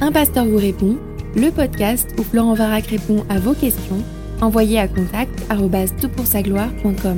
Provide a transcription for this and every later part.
Un pasteur vous répond, le podcast où Florent Varac répond à vos questions, envoyez à contact@toutpoursagloire.com.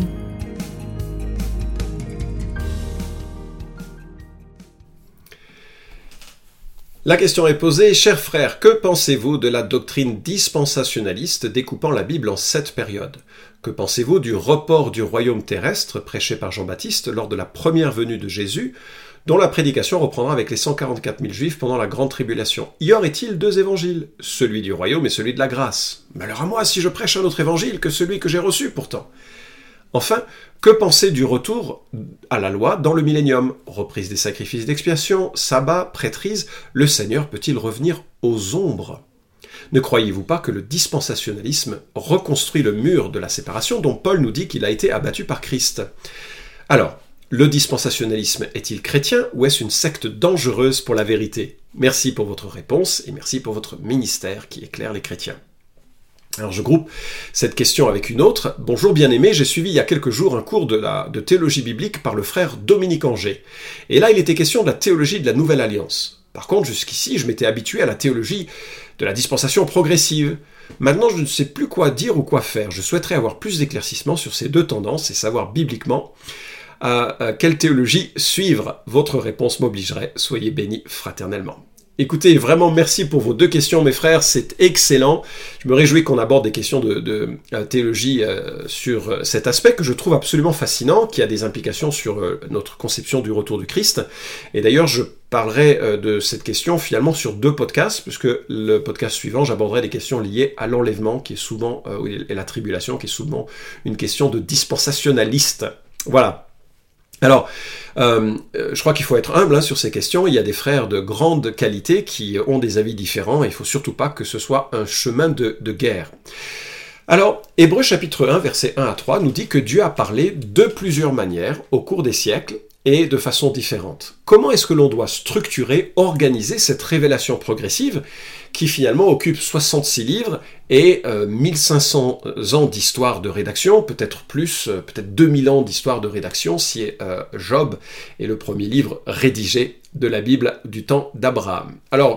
La question est posée, chers frères, que pensez-vous de la doctrine dispensationaliste découpant la Bible en 7 périodes ? Que pensez-vous du report du royaume terrestre prêché par Jean-Baptiste lors de la première venue de Jésus, dont la prédication reprendra avec les 144 000 juifs pendant la grande tribulation ? Y aurait-il 2 évangiles, celui du royaume et celui de la grâce ? Malheur à moi si je prêche un autre évangile que celui que j'ai reçu pourtant. Enfin, que penser du retour à la loi dans le millénium ? Reprise des sacrifices d'expiation, sabbat, prêtrise, le Seigneur peut-il revenir aux ombres ? Ne croyez-vous pas que le dispensationalisme reconstruit le mur de la séparation dont Paul nous dit qu'il a été abattu par Christ ? Alors, le dispensationalisme est-il chrétien ou est-ce une secte dangereuse pour la vérité ? Merci pour votre réponse et merci pour votre ministère qui éclaire les chrétiens. Alors je groupe cette question avec une autre. Bonjour bien-aimé, j'ai suivi il y a quelques jours un cours de théologie biblique par le frère Dominique Angers. Et là il était question de la théologie de la Nouvelle Alliance. Par contre jusqu'ici je m'étais habitué à la théologie de la dispensation progressive. Maintenant je ne sais plus quoi dire ou quoi faire. Je souhaiterais avoir plus d'éclaircissements sur ces 2 tendances et savoir bibliquement quelle théologie suivre. Votre réponse m'obligerait. Soyez bénis fraternellement. Écoutez, vraiment merci pour vos 2 questions mes frères, c'est excellent. Je me réjouis qu'on aborde des questions de théologie sur cet aspect que je trouve absolument fascinant, qui a des implications sur notre conception du retour du Christ. Et d'ailleurs, je parlerai de cette question finalement sur 2 podcasts, puisque le podcast suivant, j'aborderai des questions liées à l'enlèvement, qui est souvent, et la tribulation, qui est souvent une question de dispensationaliste. Voilà. Alors, je crois qu'il faut être humble sur ces questions. Il y a des frères de grande qualité qui ont des avis différents et il ne faut surtout pas que ce soit un chemin de guerre. Alors, Hébreux chapitre 1, versets 1 à 3 nous dit que Dieu a parlé de plusieurs manières au cours des siècles et de façon différente. Comment est-ce que l'on doit structurer, organiser cette révélation progressive qui finalement occupe 66 livres et 1500 ans d'histoire de rédaction, peut-être plus, peut-être 2000 ans d'histoire de rédaction si Job est le premier livre rédigé de la Bible du temps d'Abraham. Alors,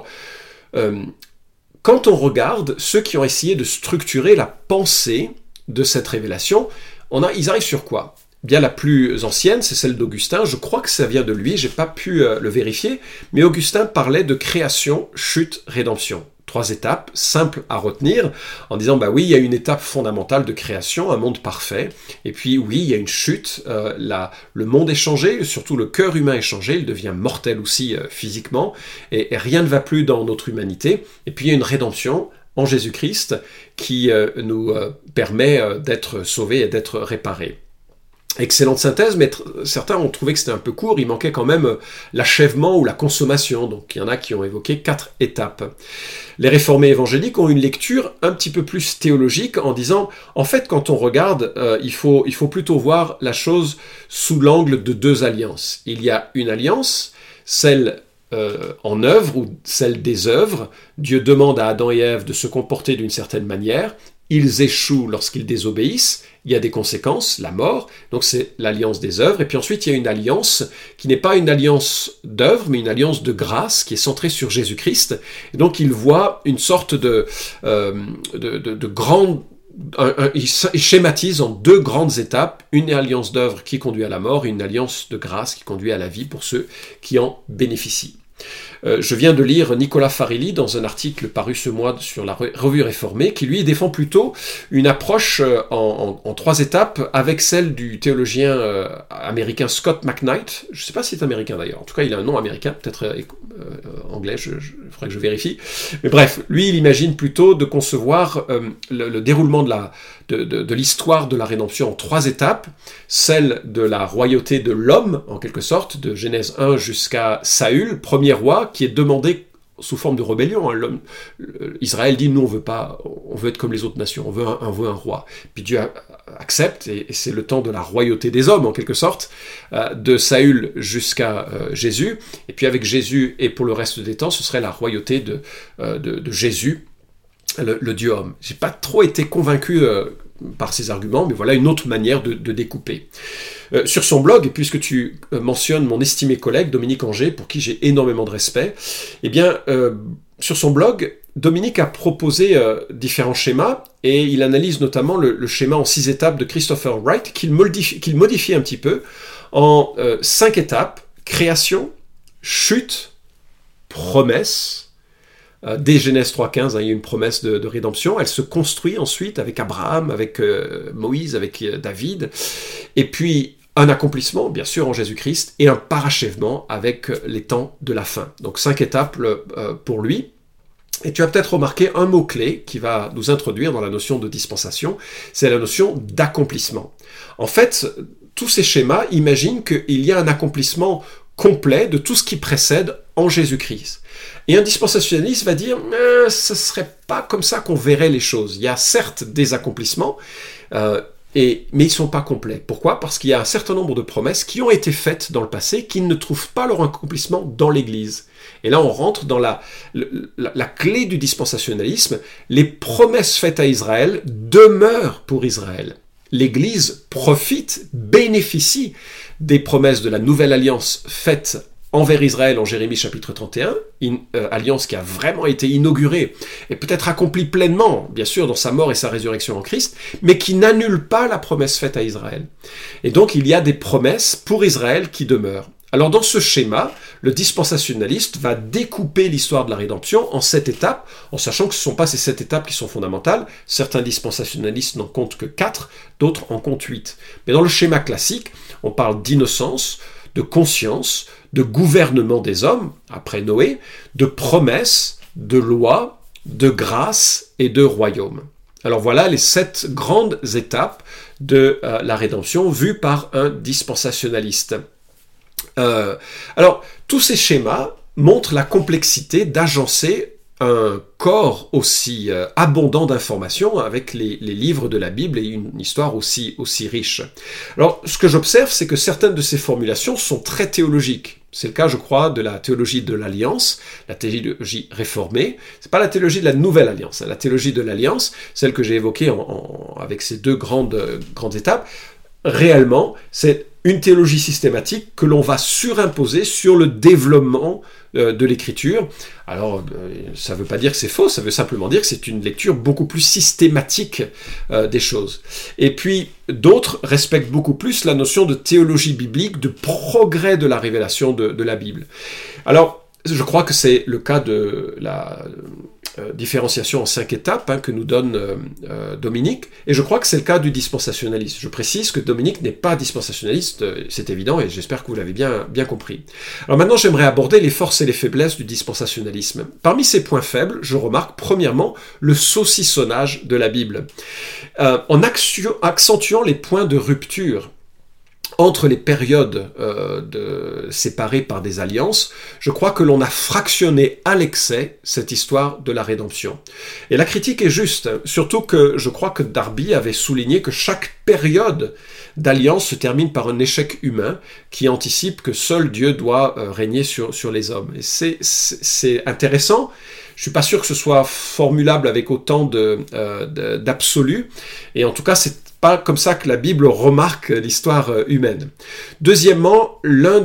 quand on regarde ceux qui ont essayé de structurer la pensée de cette révélation, ils arrivent sur quoi ? Bien la plus ancienne, c'est celle d'Augustin, je crois que ça vient de lui, j'ai pas pu le vérifier, mais Augustin parlait de création, chute, rédemption. 3 étapes, simples à retenir, en disant, oui, il y a une étape fondamentale de création, un monde parfait, et puis oui, il y a une chute, le monde est changé, surtout le cœur humain est changé, il devient mortel aussi physiquement, et rien ne va plus dans notre humanité, et puis il y a une rédemption en Jésus-Christ qui nous permet d'être sauvés et d'être réparés. Excellente synthèse, mais certains ont trouvé que c'était un peu court, il manquait quand même l'achèvement ou la consommation, donc il y en a qui ont évoqué 4 étapes. Les réformés évangéliques ont une lecture un petit peu plus théologique en disant, en fait quand on regarde, il faut plutôt voir la chose sous l'angle de 2 alliances. Il y a une alliance, celle en œuvre ou celle des œuvres. Dieu demande à Adam et Ève de se comporter d'une certaine manière, ils échouent lorsqu'ils désobéissent, il y a des conséquences, la mort, donc c'est l'alliance des œuvres, et puis ensuite il y a une alliance qui n'est pas une alliance d'œuvres, mais une alliance de grâce qui est centrée sur Jésus-Christ, et donc il voit une sorte de grande... Il schématise en 2 grandes étapes, une alliance d'œuvres qui conduit à la mort, et une alliance de grâce qui conduit à la vie pour ceux qui en bénéficient. Je viens de lire Nicolas Farilli dans un article paru ce mois sur la Revue Réformée qui lui défend plutôt une approche en 3 étapes avec celle du théologien américain Scott McKnight. Je ne sais pas si c'est américain d'ailleurs, en tout cas il a un nom américain, peut-être anglais, il faudrait que je vérifie. Mais bref, lui il imagine plutôt de concevoir le déroulement de l'histoire de la rédemption en 3 étapes, celle de la royauté de l'homme, en quelque sorte, de Genèse 1 jusqu'à Saül, premier roi, qui est demandé sous forme de rébellion. Israël dit, nous on veut être comme les autres nations, on veut un roi. Puis Dieu accepte, et c'est le temps de la royauté des hommes, en quelque sorte, de Saül jusqu'à Jésus, et puis avec Jésus, et pour le reste des temps, ce serait la royauté de Jésus, le Dieu homme. J'ai pas trop été convaincu par ces arguments, mais voilà une autre manière de découper. Sur son blog, puisque tu mentionnes mon estimé collègue Dominique Angers, pour qui j'ai énormément de respect, eh bien, sur son blog, Dominique a proposé différents schémas et il analyse notamment le schéma en 6 étapes de Christopher Wright qu'il modifie un petit peu en 5 étapes: création, chute, promesse. Dès Genèse 3.15, il y a une promesse de rédemption. Elle se construit ensuite avec Abraham, avec Moïse, avec David. Et puis un accomplissement, bien sûr, en Jésus-Christ, et un parachèvement avec les temps de la fin. Donc 5 étapes pour lui. Et tu as peut-être remarqué un mot-clé qui va nous introduire dans la notion de dispensation, c'est la notion d'accomplissement. En fait, tous ces schémas imaginent qu'il y a un accomplissement complet de tout ce qui précède en Jésus-Christ. Et un dispensationaliste va dire ce ne serait pas comme ça qu'on verrait les choses. Il y a certes des accomplissements, mais ils ne sont pas complets. Pourquoi ? Parce qu'il y a un certain nombre de promesses qui ont été faites dans le passé, qui ne trouvent pas leur accomplissement dans l'Église. Et là, on rentre dans la clé du dispensationalisme. Les promesses faites à Israël demeurent pour Israël. L'Église profite, bénéficie des promesses de la nouvelle alliance faite envers Israël en Jérémie chapitre 31, alliance qui a vraiment été inaugurée et peut-être accomplie pleinement, bien sûr, dans sa mort et sa résurrection en Christ, mais qui n'annule pas la promesse faite à Israël. Et donc, il y a des promesses pour Israël qui demeurent. Alors, dans ce schéma, le dispensationaliste va découper l'histoire de la rédemption en 7 étapes, en sachant que ce ne sont pas ces 7 étapes qui sont fondamentales. Certains dispensationalistes n'en comptent que 4, d'autres en comptent 8. Mais dans le schéma classique, on parle d'innocence, de conscience, de gouvernement des hommes, après Noé, de promesses, de lois, de grâce et de royaume. Alors voilà les 7 grandes étapes de la rédemption vues par un dispensationaliste. Alors, tous ces schémas montrent la complexité d'agencer un corps aussi abondant d'informations avec les livres de la Bible et une histoire aussi riche. Alors, ce que j'observe, c'est que certaines de ces formulations sont très théologiques. C'est le cas, je crois, de la théologie de l'Alliance, la théologie réformée. C'est pas la théologie de la Nouvelle Alliance. La théologie de l'Alliance, celle que j'ai évoquée avec ces 2 grandes étapes, réellement, c'est une théologie systématique que l'on va surimposer sur le développement de l'écriture. Alors, ça ne veut pas dire que c'est faux, ça veut simplement dire que c'est une lecture beaucoup plus systématique des choses. Et puis, d'autres respectent beaucoup plus la notion de théologie biblique, de progrès de la révélation de la Bible. Alors, je crois que c'est le cas de la différenciation en 5 étapes que nous donne Dominique, et je crois que c'est le cas du dispensationaliste. Je précise que Dominique n'est pas dispensationaliste, c'est évident, et j'espère que vous l'avez bien compris. Alors maintenant, j'aimerais aborder les forces et les faiblesses du dispensationalisme. Parmi ces points faibles, je remarque premièrement le saucissonnage de la Bible. En accentuant les points de rupture entre les périodes séparées par des alliances, je crois que l'on a fractionné à l'excès cette histoire de la rédemption. Et la critique est juste, surtout que je crois que Darby avait souligné que chaque période d'alliance se termine par un échec humain qui anticipe que seul Dieu doit régner sur les hommes. Et c'est intéressant. Je ne suis pas sûr que ce soit formulable avec autant d'absolu, et en tout cas, c'est pas comme ça que la Bible remarque l'histoire humaine. Deuxièmement, l'une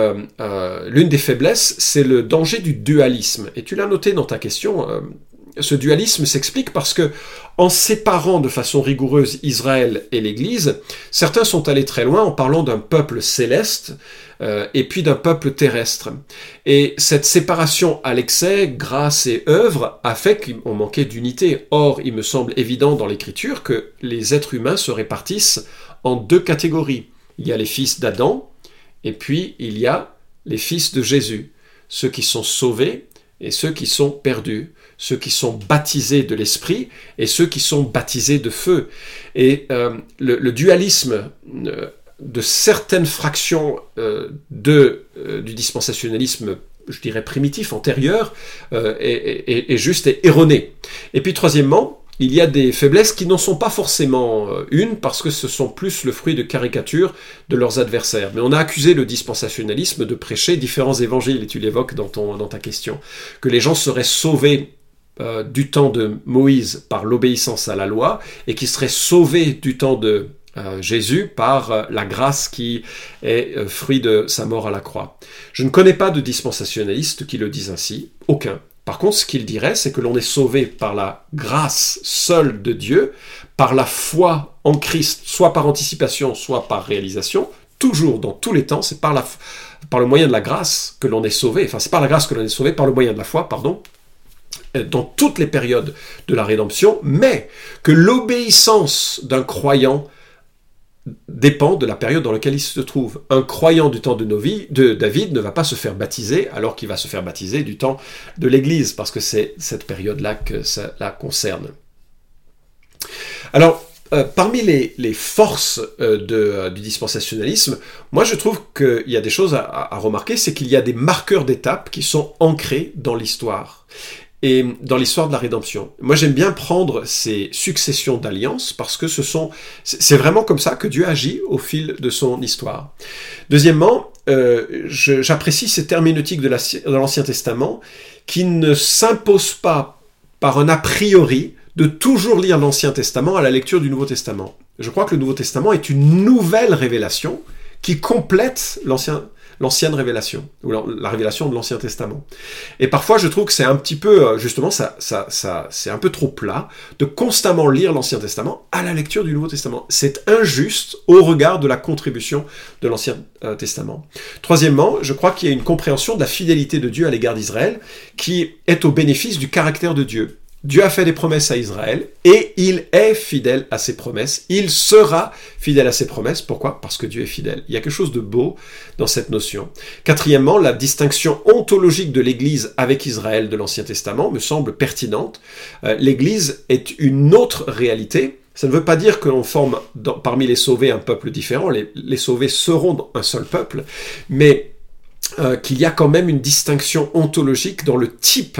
des faiblesses, c'est le danger du dualisme. Et tu l'as noté dans ta question, ce dualisme s'explique parce que, en séparant de façon rigoureuse Israël et l'Église, certains sont allés très loin en parlant d'un peuple céleste et puis d'un peuple terrestre. Et cette séparation à l'excès, grâce et œuvre, a fait qu'on manquait d'unité. Or, il me semble évident dans l'Écriture que les êtres humains se répartissent en 2 catégories. Il y a les fils d'Adam, et puis il y a les fils de Jésus, ceux qui sont sauvés et ceux qui sont perdus, ceux qui sont baptisés de l'Esprit et ceux qui sont baptisés de feu. Et le dualisme de certaines fractions du dispensationalisme, je dirais primitif, antérieur, est juste et erroné. Et puis troisièmement, il y a des faiblesses qui n'en sont pas forcément une, parce que ce sont plus le fruit de caricatures de leurs adversaires. Mais on a accusé le dispensationalisme de prêcher différents évangiles, et tu l'évoques dans ta question, que les gens seraient sauvés du temps de Moïse par l'obéissance à la loi, et qui seraient sauvés du temps de Jésus par la grâce qui est fruit de sa mort à la croix. Je ne connais pas de dispensationalistes qui le disent ainsi, aucun. Par contre, ce qu'il dirait, c'est que l'on est sauvé par la grâce seule de Dieu, par la foi en Christ, soit par anticipation, soit par réalisation, toujours, dans tous les temps, c'est par le moyen de la grâce que l'on est sauvé, enfin c'est par la grâce que l'on est sauvé, par le moyen de la foi, pardon, dans toutes les périodes de la rédemption, mais que l'obéissance d'un croyant dépend de la période dans laquelle il se trouve. Un croyant du temps de David ne va pas se faire baptiser alors qu'il va se faire baptiser du temps de l'Église, parce que c'est cette période-là que ça la concerne. Alors, parmi les forces du dispensationalisme, moi je trouve qu'il y a des choses à remarquer, c'est qu'il y a des marqueurs d'étapes qui sont ancrés dans l'histoire. Et dans l'histoire de la rédemption. Moi, j'aime bien prendre ces successions d'alliances parce que c'est vraiment comme ça que Dieu agit au fil de son histoire. Deuxièmement, j'apprécie ces herméneutiques de l'Ancien Testament qui ne s'imposent pas par un a priori de toujours lire l'Ancien Testament à la lecture du Nouveau Testament. Je crois que le Nouveau Testament est une nouvelle révélation qui complète l'ancienne révélation, ou la révélation de l'Ancien Testament. Et parfois, je trouve que c'est un petit peu, justement, c'est un peu trop plat de constamment lire l'Ancien Testament à la lecture du Nouveau Testament. C'est injuste au regard de la contribution de l'Ancien Testament. Troisièmement, je crois qu'il y a une compréhension de la fidélité de Dieu à l'égard d'Israël qui est au bénéfice du caractère de Dieu. Dieu a fait des promesses à Israël et il est fidèle à ses promesses. Il sera fidèle à ses promesses. Pourquoi ? Parce que Dieu est fidèle. Il y a quelque chose de beau dans cette notion. Quatrièmement, la distinction ontologique de l'Église avec Israël de l'Ancien Testament me semble pertinente. L'Église est une autre réalité. Ça ne veut pas dire que l'on forme parmi les sauvés un peuple différent. Les sauvés seront un seul peuple. Mais qu'il y a quand même une distinction ontologique dans le type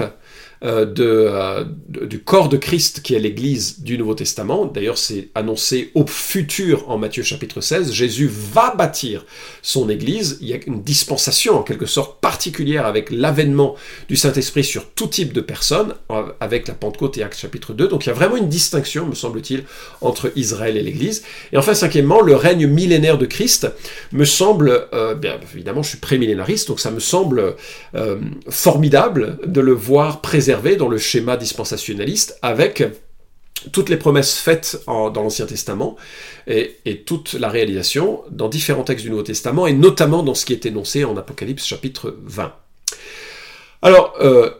du corps de Christ qui est l'Église du Nouveau Testament. D'ailleurs, c'est annoncé au futur en Matthieu chapitre 16. Jésus va bâtir son Église. Il y a une dispensation en quelque sorte particulière avec l'avènement du Saint-Esprit sur tout type de personnes, avec la Pentecôte et Actes chapitre 2. Donc il y a vraiment une distinction, me semble-t-il, entre Israël et l'Église. Et enfin, cinquièmement, le règne millénaire de Christ me semble, bien évidemment, je suis prémillénariste, donc ça me semble formidable de le voir préservé dans le schéma dispensationaliste avec toutes les promesses faites dans l'Ancien Testament et toute la réalisation dans différents textes du Nouveau Testament et notamment dans ce qui est énoncé en Apocalypse chapitre 20. Alors,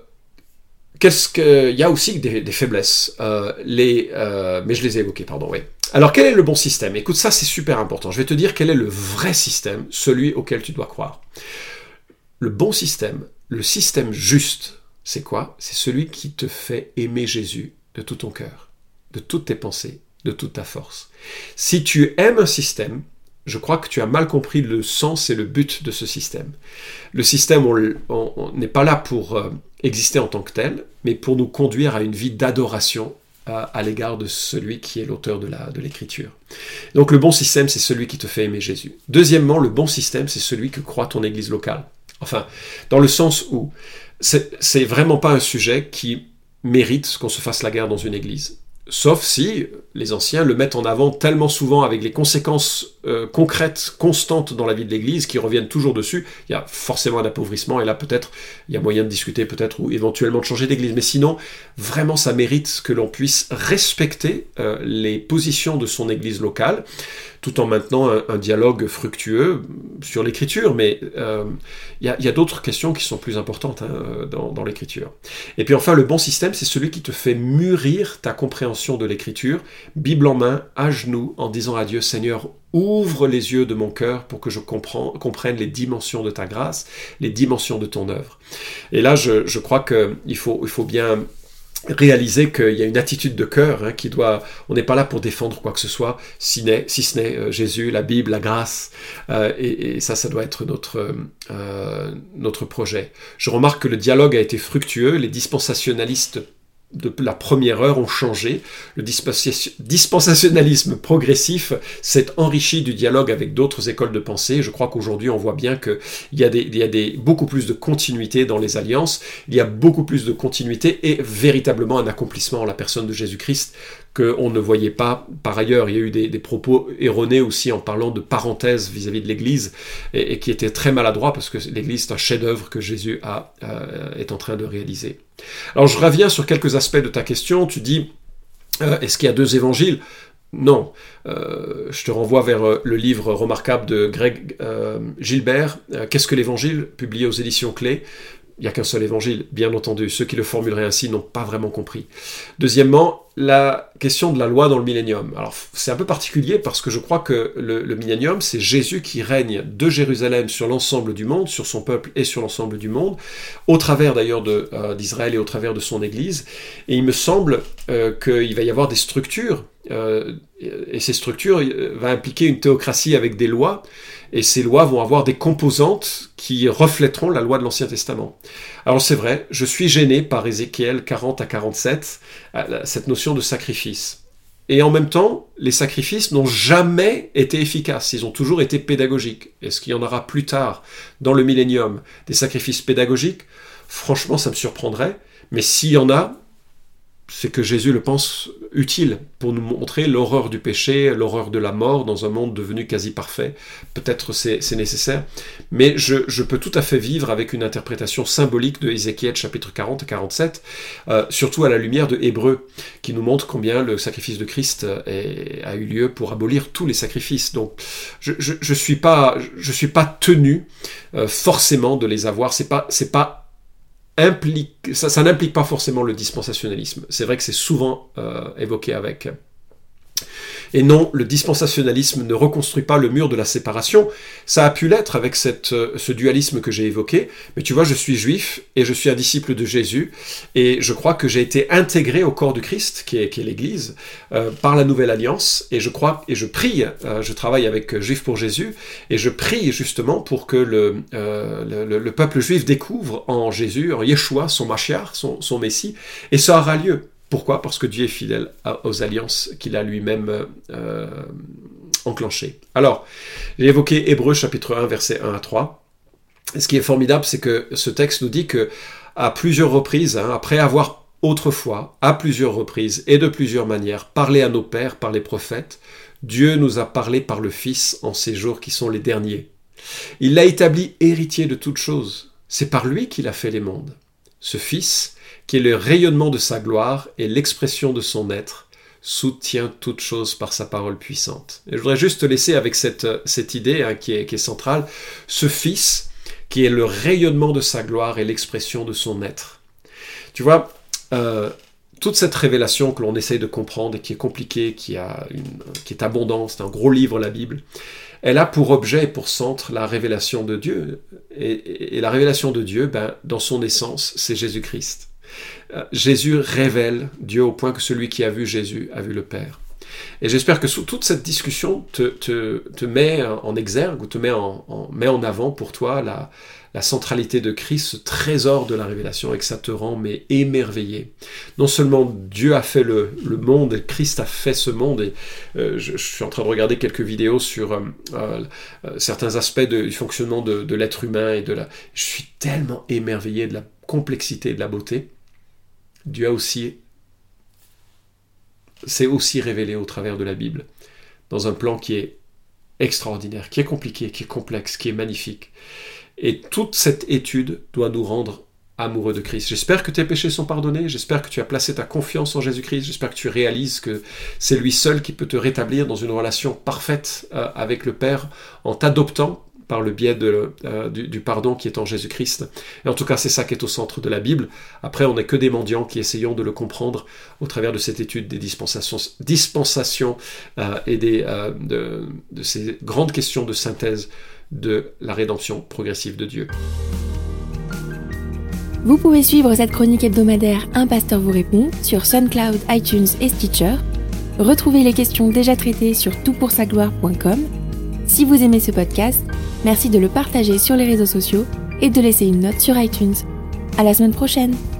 il y a aussi des faiblesses, mais je les ai évoquées, pardon, oui. Alors, quel est le bon système ? Écoute, ça c'est super important. Je vais te dire quel est le vrai système, celui auquel tu dois croire. Le bon système, le système juste, c'est quoi ? C'est celui qui te fait aimer Jésus de tout ton cœur, de toutes tes pensées, de toute ta force. Si tu aimes un système, je crois que tu as mal compris le sens et le but de ce système. Le système, on n'est pas là pour exister en tant que tel, mais pour nous conduire à une vie d'adoration à l'égard de celui qui est l'auteur de l'Écriture. Donc le bon système, c'est celui qui te fait aimer Jésus. Deuxièmement, le bon système, c'est celui que croit ton église locale. Enfin, dans le sens où c'est vraiment pas un sujet qui mérite qu'on se fasse la guerre dans une église. Sauf si les anciens le mettent en avant tellement souvent avec les conséquences concrètes, constantes dans la vie de l'Église, qui reviennent toujours dessus, il y a forcément un appauvrissement, et là peut-être il y a moyen de discuter peut-être ou éventuellement de changer d'Église. Mais sinon, vraiment ça mérite que l'on puisse respecter les positions de son Église locale, tout en maintenant un dialogue fructueux sur l'Écriture, mais il y a d'autres questions qui sont plus importantes dans l'Écriture. Et puis enfin, le bon système, c'est celui qui te fait mûrir ta compréhension de l'Écriture, Bible en main, à genoux, en disant à Dieu, Seigneur, ouvre les yeux de mon cœur pour que je comprenne les dimensions de ta grâce, les dimensions de ton œuvre. Et là, je crois qu'il faut bien réaliser qu'il y a une attitude de cœur on n'est pas là pour défendre quoi que ce soit, si ce n'est Jésus, la Bible, la grâce, et ça doit être notre projet. Je remarque que le dialogue a été fructueux, les dispensationalistes de la première heure ont changé, le dispensationalisme progressif s'est enrichi du dialogue avec d'autres écoles de pensée. Je crois qu'aujourd'hui on voit bien qu'il y a beaucoup plus de continuité dans les alliances, il y a beaucoup plus de continuité et véritablement un accomplissement en la personne de Jésus-Christ qu'on ne voyait pas par ailleurs. Il y a eu des propos erronés aussi en parlant de parenthèse vis-à-vis de l'Église, et qui étaient très maladroits, parce que l'Église, c'est un chef-d'œuvre que Jésus est en train de réaliser. Alors je reviens sur quelques aspects de ta question. Tu dis, est-ce qu'il y a 2 évangiles ? Non. Je te renvoie vers le livre remarquable de Greg Gilbert, Qu'est-ce que l'Évangile ? Publié aux éditions Clés. Il n'y a qu'un seul évangile, bien entendu. Ceux qui le formuleraient ainsi n'ont pas vraiment compris. Deuxièmement, la question de la loi dans le millénium. Alors, c'est un peu particulier parce que je crois que le millénium, c'est Jésus qui règne de Jérusalem sur l'ensemble du monde, sur son peuple et sur l'ensemble du monde, au travers d'ailleurs d'Israël et au travers de son Église. Et il me semble qu'il va y avoir des structures, et ces structures vont impliquer une théocratie avec des lois, et ces lois vont avoir des composantes qui reflèteront la loi de l'Ancien Testament. Alors c'est vrai, je suis gêné par Ézéchiel 40 à 47, cette notion de sacrifice. Et en même temps, les sacrifices n'ont jamais été efficaces, ils ont toujours été pédagogiques. Est-ce qu'il y en aura plus tard, dans le millénium, des sacrifices pédagogiques ? Franchement, ça me surprendrait, mais s'il y en a, c'est que Jésus le pense utile pour nous montrer l'horreur du péché, l'horreur de la mort dans un monde devenu quasi parfait. Peut-être c'est nécessaire, mais je peux tout à fait vivre avec une interprétation symbolique de Ézéchiel chapitre 40 et 47, surtout à la lumière de Hébreux, qui nous montre combien le sacrifice de Christ a eu lieu pour abolir tous les sacrifices. Donc je suis pas tenu forcément de les avoir. Ça n'implique pas forcément le dispensationalisme. C'est vrai que c'est souvent évoqué avec. Et non, le dispensationalisme ne reconstruit pas le mur de la séparation. Ça a pu l'être avec ce dualisme que j'ai évoqué. Mais tu vois, je suis juif et je suis un disciple de Jésus. Et je crois que j'ai été intégré au corps du Christ, qui est l'Église, par la Nouvelle Alliance. Et je crois, et je prie, je travaille avec Juifs pour Jésus, et je prie justement pour que le peuple juif découvre en Jésus, en Yeshua, son Mashiach, son Messie, et ça aura lieu. Pourquoi ? Parce que Dieu est fidèle aux alliances qu'il a lui-même enclenchées. Alors, j'ai évoqué Hébreux chapitre 1, versets 1 à 3. Et ce qui est formidable, c'est que ce texte nous dit que à plusieurs reprises, après avoir autrefois, à plusieurs reprises et de plusieurs manières, parlé à nos pères par les prophètes, Dieu nous a parlé par le Fils en ces jours qui sont les derniers. Il l'a établi héritier de toutes choses. C'est par lui qu'il a fait les mondes. Ce Fils, qui est le rayonnement de sa gloire et l'expression de son être, soutient toutes choses par sa parole puissante. Et je voudrais juste te laisser avec cette idée qui est centrale. Ce Fils, qui est le rayonnement de sa gloire et l'expression de son être. Tu vois, toute cette révélation que l'on essaye de comprendre et qui est compliquée, qui est abondante, c'est un gros livre, la Bible, elle a pour objet et pour centre la révélation de Dieu. Et la révélation de Dieu, dans son essence, c'est Jésus-Christ. Jésus révèle Dieu au point que celui qui a vu Jésus a vu le Père. Et j'espère que toute cette discussion te met en exergue ou met en avant pour toi la centralité de Christ, ce trésor de la révélation, et que ça te rend émerveillé. Non seulement Dieu a fait le monde, et Christ a fait ce monde, et je suis en train de regarder quelques vidéos sur certains aspects du fonctionnement de l'être humain, je suis tellement émerveillé de la complexité et de la beauté. Dieu s'est aussi révélé au travers de la Bible, dans un plan qui est extraordinaire, qui est compliqué, qui est complexe, qui est magnifique. Et toute cette étude doit nous rendre amoureux de Christ. J'espère que tes péchés sont pardonnés, j'espère que tu as placé ta confiance en Jésus-Christ, j'espère que tu réalises que c'est lui seul qui peut te rétablir dans une relation parfaite avec le Père, en t'adoptant par le biais du pardon qui est en Jésus-Christ. Et en tout cas, c'est ça qui est au centre de la Bible. Après, on n'est que des mendiants qui essayons de le comprendre au travers de cette étude des dispensations et de ces grandes questions de synthèse de la rédemption progressive de Dieu. Vous pouvez suivre cette chronique hebdomadaire Un pasteur vous répond sur SoundCloud, iTunes et Stitcher. Retrouvez les questions déjà traitées sur toutpoursagloire.com. Si vous aimez ce podcast, merci de le partager sur les réseaux sociaux et de laisser une note sur iTunes. À la semaine prochaine!